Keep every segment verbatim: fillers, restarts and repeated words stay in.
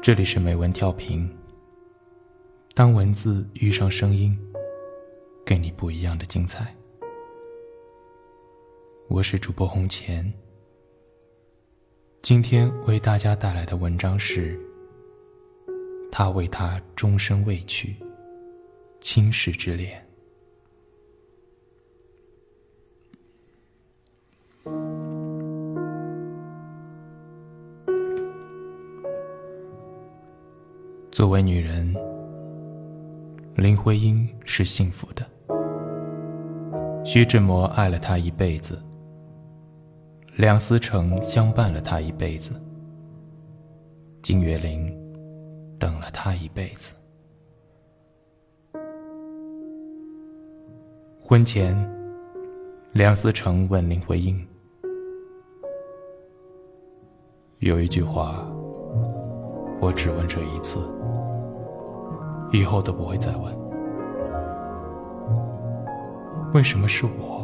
这里是美文调频，当文字遇上声音，给你不一样的精彩。我是主播红钱，今天为大家带来的文章是他为她终身未娶，倾世之恋。作为女人，林徽因是幸福的。徐志摩爱了她一辈子，梁思成相伴了她一辈子，金岳霖等了她一辈子。婚前，梁思成问林徽因，有一句话我只问这一次，以后都不会再问，为什么是我？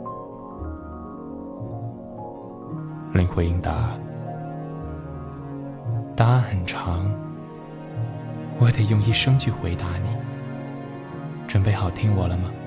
林徽因答，答案很长，我得用一生去回答你，准备好听我了吗？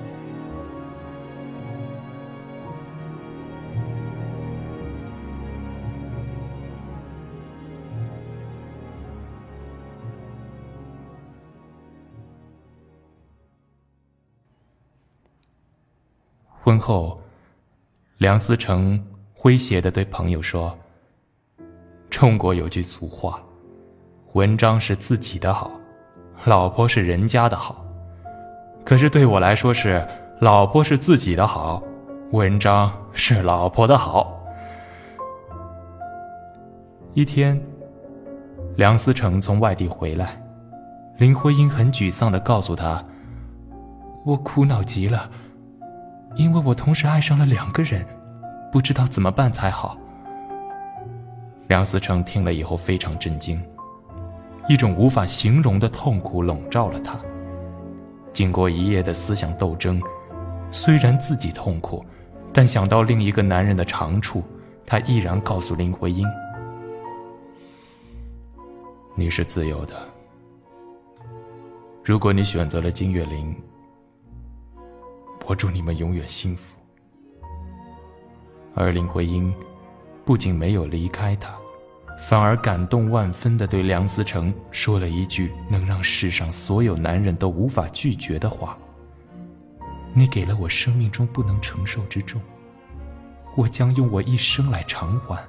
婚后，梁思成诙谐地对朋友说，中国有句俗话，文章是自己的好，老婆是人家的好。可是对我来说是，老婆是自己的好，文章是老婆的好。一天，梁思成从外地回来，林徽因很沮丧地告诉他，我苦恼极了，因为我同时爱上了两个人，不知道怎么办才好。梁思成听了以后非常震惊，一种无法形容的痛苦笼罩了他。经过一夜的思想斗争，虽然自己痛苦，但想到另一个男人的长处，他毅然告诉林徽因，你是自由的，如果你选择了金岳霖，我祝你们永远幸福。而林徽因不仅没有离开他，反而感动万分地对梁思成说了一句能让世上所有男人都无法拒绝的话，你给了我生命中不能承受之重，我将用我一生来偿还。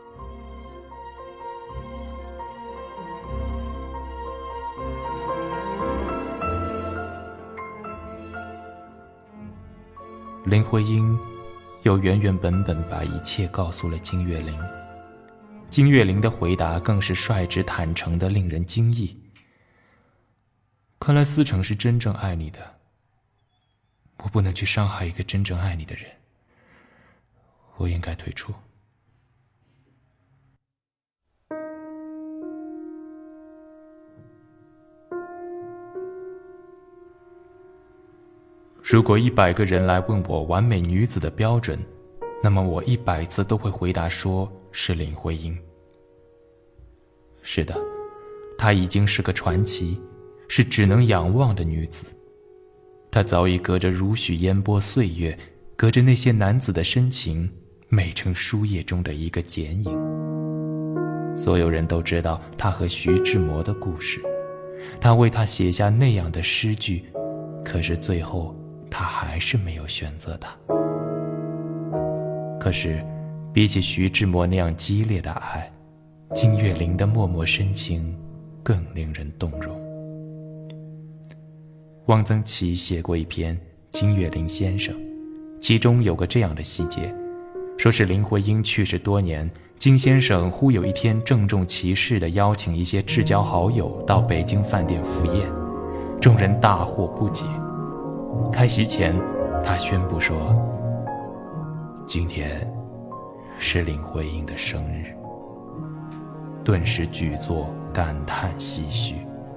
林徽因又原原本本把一切告诉了金岳霖，金岳霖的回答更是率直坦诚的令人惊异。看来思成是真正爱你的，我不能去伤害一个真正爱你的人，我应该退出。如果一百个人来问我完美女子的标准，那么我一百次都会回答说是林徽因。是的，她已经是个传奇，是只能仰望的女子。她早已隔着如许烟波岁月，隔着那些男子的深情，美成书页中的一个剪影。所有人都知道她和徐志摩的故事，她为他写下那样的诗句，可是最后他还是没有选择他。可是比起徐志摩那样激烈的爱，金岳霖的脉脉深情更令人动容。汪曾祺写过一篇《金岳霖先生》，其中有个这样的细节，说是林徽因去世多年，金先生忽有一天郑重其事地邀请一些至交好友到北京饭店赴宴，众人大惑不解。开席前，他宣布说，今天是林徽因的生日。顿时举座感叹唏嘘。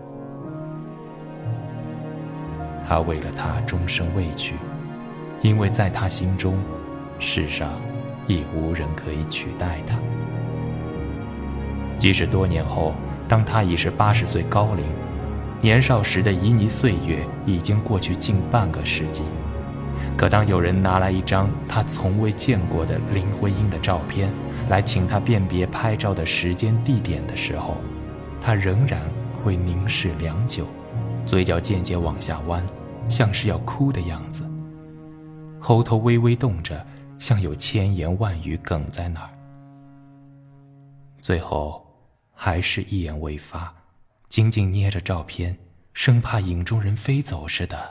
他为了她终生未娶，因为在他心中，世上已无人可以取代他。即使多年后当他已是八十岁高龄，年少时的旖旎岁月已经过去近半个世纪。可当有人拿来一张他从未见过的林徽因的照片来请他辨别拍照的时间地点的时候，他仍然会凝视良久，嘴角渐渐往下弯，像是要哭的样子，喉头微微动着，像有千言万语哽在那儿。最后还是一言未发，紧紧捏着照片，生怕影中人飞走似的。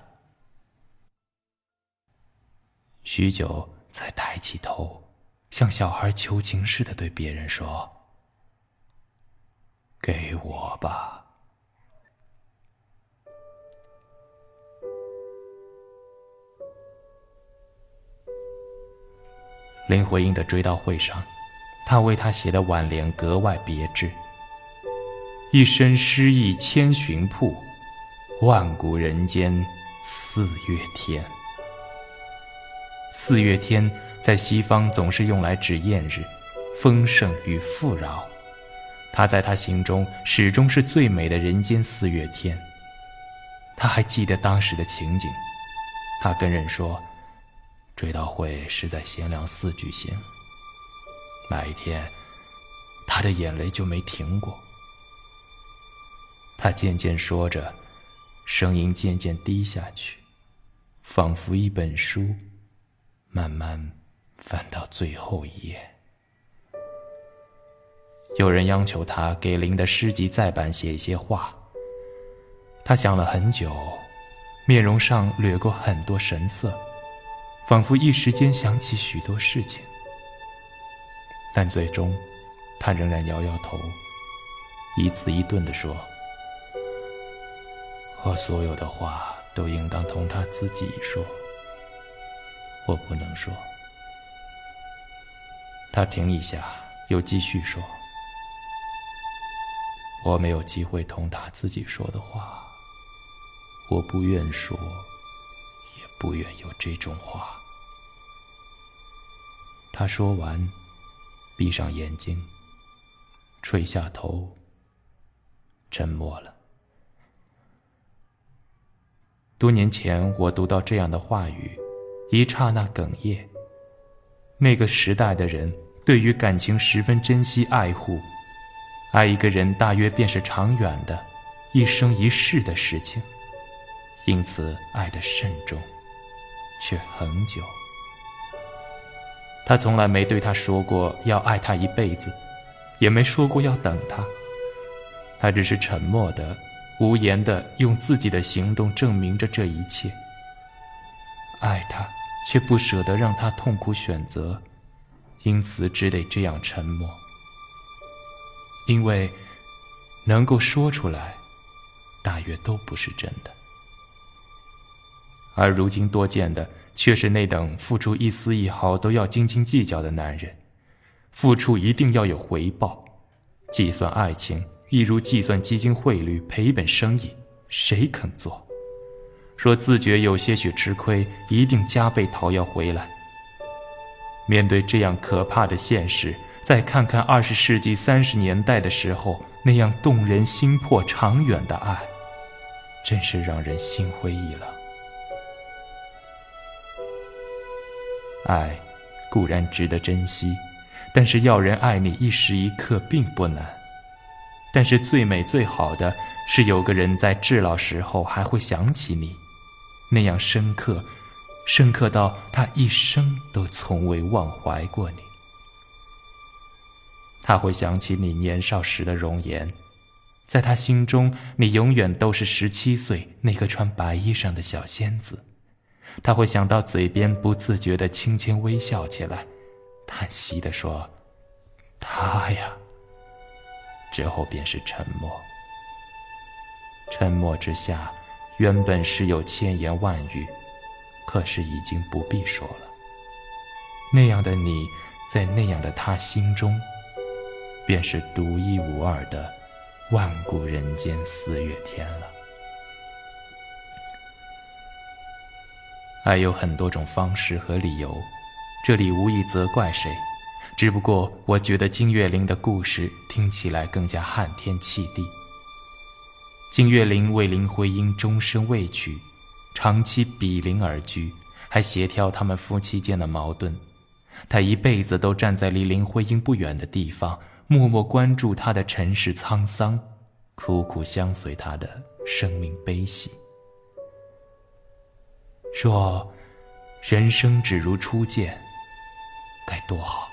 许久才抬起头，像小孩求情似的对别人说：“给我吧。”林徽因的追悼会上，他为她写的挽联格外别致：一身诗意千寻瀑，万古人间四月天。四月天在西方总是用来指艳日、丰盛与富饶，它在他心中始终是最美的人间四月天。他还记得当时的情景，他跟人说，追悼会是在贤良寺举行。那一天，他的眼泪就没停过。他渐渐说着，声音渐渐低下去，仿佛一本书慢慢翻到最后一页。有人央求他给林的诗集再版写一些话，他想了很久，面容上掠过很多神色，仿佛一时间想起许多事情。但最终他仍然摇摇头，一字一顿地说，我所有的话都应当同他自己说，我不能说。他停一下，又继续说，我没有机会同他自己说的话，我不愿说，也不愿有这种话。他说完，闭上眼睛，垂下头，沉默了。多年前我读到这样的话语，一刹那哽咽。那个时代的人对于感情十分珍惜爱护，爱一个人大约便是长远的一生一世的事情，因此爱得慎重，却很久。他从来没对他说过要爱他一辈子，也没说过要等他，他只是沉默的无言地用自己的行动证明着这一切。爱他，却不舍得让他痛苦选择，因此只得这样沉默。因为能够说出来，大约都不是真的。而如今多见的，却是那等付出一丝一毫都要斤斤计较的男人，付出一定要有回报，计算爱情一如计算基金汇率，赔本生意，谁肯做？说自觉有些许吃亏，一定加倍讨要回来。面对这样可怕的现实，再看看二十世纪三十年代的时候那样动人心魄长远的爱，真是让人心灰意冷。爱固然值得珍惜，但是要人爱你一时一刻并不难。但是最美最好的是有个人在至老时候还会想起你，那样深刻，深刻到他一生都从未忘怀过你。他会想起你年少时的容颜，在他心中你永远都是十七岁那个穿白衣裳的小仙子。他会想到嘴边不自觉地轻轻微笑起来，叹息地说，他呀，之后便是沉默。沉默之下，原本是有千言万语，可是已经不必说了。那样的你，在那样的他心中，便是独一无二的万古人间四月天了。爱有很多种方式和理由，这里无意责怪谁， 只不过我觉得金岳霖的故事听起来更加撼天泣地。金岳霖为林徽因终身未娶，长期比邻而居，还协调他们夫妻间的矛盾。他一辈子都站在离林徽因不远的地方，默默关注她的尘世沧桑，苦苦相随她的生命悲喜。说人生只如初见，该多好。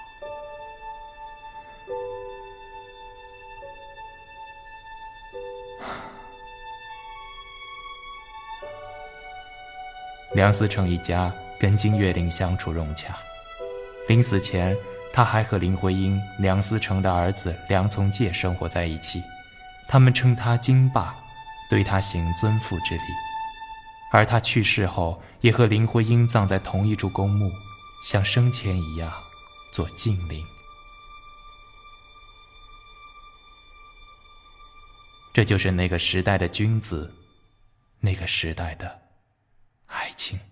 梁思成一家跟金岳霖相处融洽，临死前他还和林徽因、梁思成的儿子梁从诫生活在一起，他们称他金爸，对他行尊父之礼。而他去世后也和林徽因葬在同一处公墓，像生前一样做敬灵。这就是那个时代的君子，那个时代的爱情。